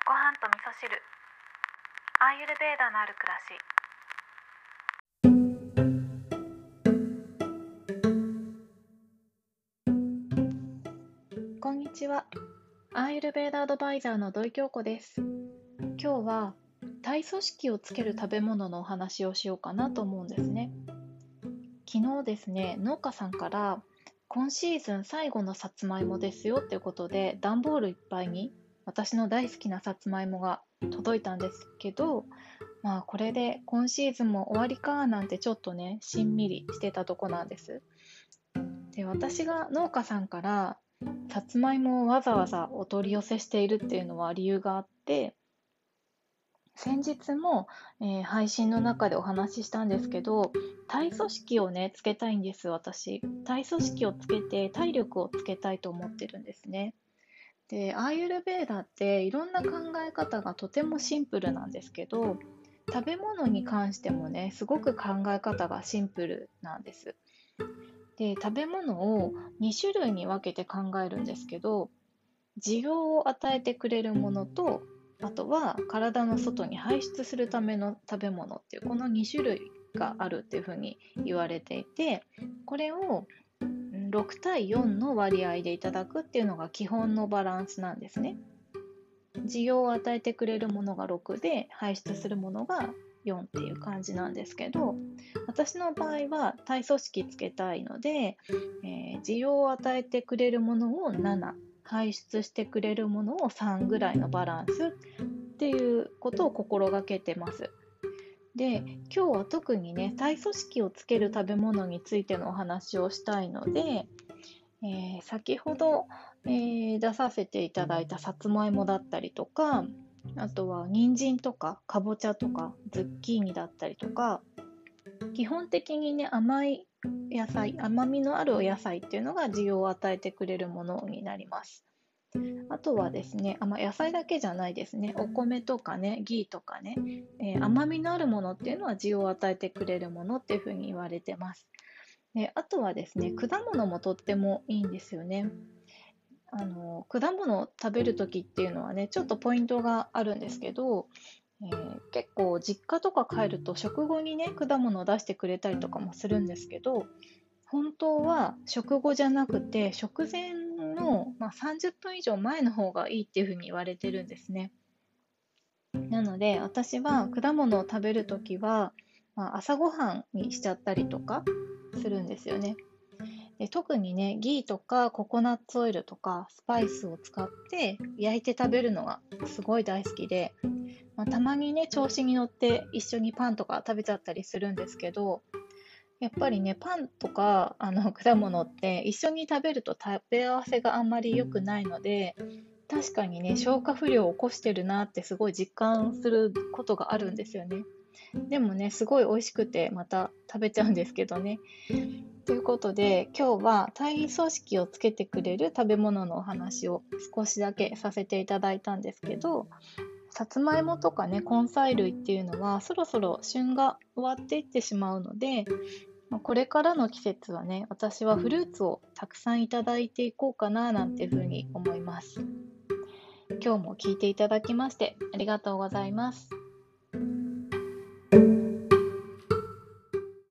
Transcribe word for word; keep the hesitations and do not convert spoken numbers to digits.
ご飯と味噌汁、アーユルベーダのある暮らし。こんにちは。アーユルベーダアドバイザーの土井京子です。今日は体組織をつける食べ物のお話をしようかなと思うんですね。昨日ですね、農家さんから今シーズン最後のさつまいもですよということで、段ボールいっぱいに私の大好きなさつまいもが届いたんですけど、まあこれで今シーズンも終わりかなんてちょっとね、しんみりしてたとこなんです。で、私が農家さんからさつまいもをわざわざお取り寄せしているっていうのは理由があって、先日も、えー配信の中でお話ししたんですけど、体組織をね、つけたいんです、私。体組織をつけて体力をつけたいと思ってるんですね。で、アーユルベーダっていろんな考え方がとてもシンプルなんですけど、食べ物に関してもね、すごく考え方がシンプルなんです。で、食べ物をに種類に分けて考えるんですけど、需要を与えてくれるものと、あとは体の外に排出するための食べ物っていう、このに種類があるっていうふうに言われていて、これをうんろく対よんの割合でいただくっていうのが基本のバランスなんですね。需要を与えてくれるものがろくで、排出するものがよんっていう感じなんですけど、私の場合は体組織つけたいので、えー需要を与えてくれるものをなな、排出してくれるものをさんぐらいのバランスっていうことを心がけてます。で、今日は特にね、体組織をつける食べ物についてのお話をしたいので、えー先ほど、えー出させていただいたさつまいもだったりとか、あとは人参とかかぼちゃとかズッキーニだったりとか、基本的にね、甘い野菜、甘みのあるお野菜っていうのが需要を与えてくれるものになります。あとはですね、あまあ、野菜だけじゃないですね、お米とかね、ギーとかね、えー甘みのあるものっていうのは需要を与えてくれるものっていうふうに言われてます。で、あとはですね、果物もとってもいいんですよね。あの果物を食べるときっていうのはね、ちょっとポイントがあるんですけど、えー結構実家とか帰ると食後にね、果物を出してくれたりとかもするんですけど、本当は食後じゃなくて食前の、まあ、さんじゅっぷん以上前の方がいいっていうふうに言われてるんですね。なので私は果物を食べるときは、まあ、朝ごはんにしちゃったりとかするんですよね。で、特にね、ギーとかココナッツオイルとかスパイスを使って焼いて食べるのがすごい大好きで、まあ、たまにね、調子に乗って一緒にパンとか食べちゃったりするんですけど、やっぱりね、パンとかあの果物って一緒に食べると食べ合わせがあんまり良くないので、確かにね、消化不良を起こしてるなってすごい実感することがあるんですよね。でもね、すごい美味しくてまた食べちゃうんですけどね。ということで、今日は体組織をつけてくれる食べ物のお話を少しだけさせていただいたんですけど、さつまいもとかね、根菜類っていうのはそろそろ旬が終わっていってしまうので、まあこれからの季節はね、私はフルーツをたくさんいただいていこうかななんていうふうに思います。今日も聞いていただきましてありがとうございます。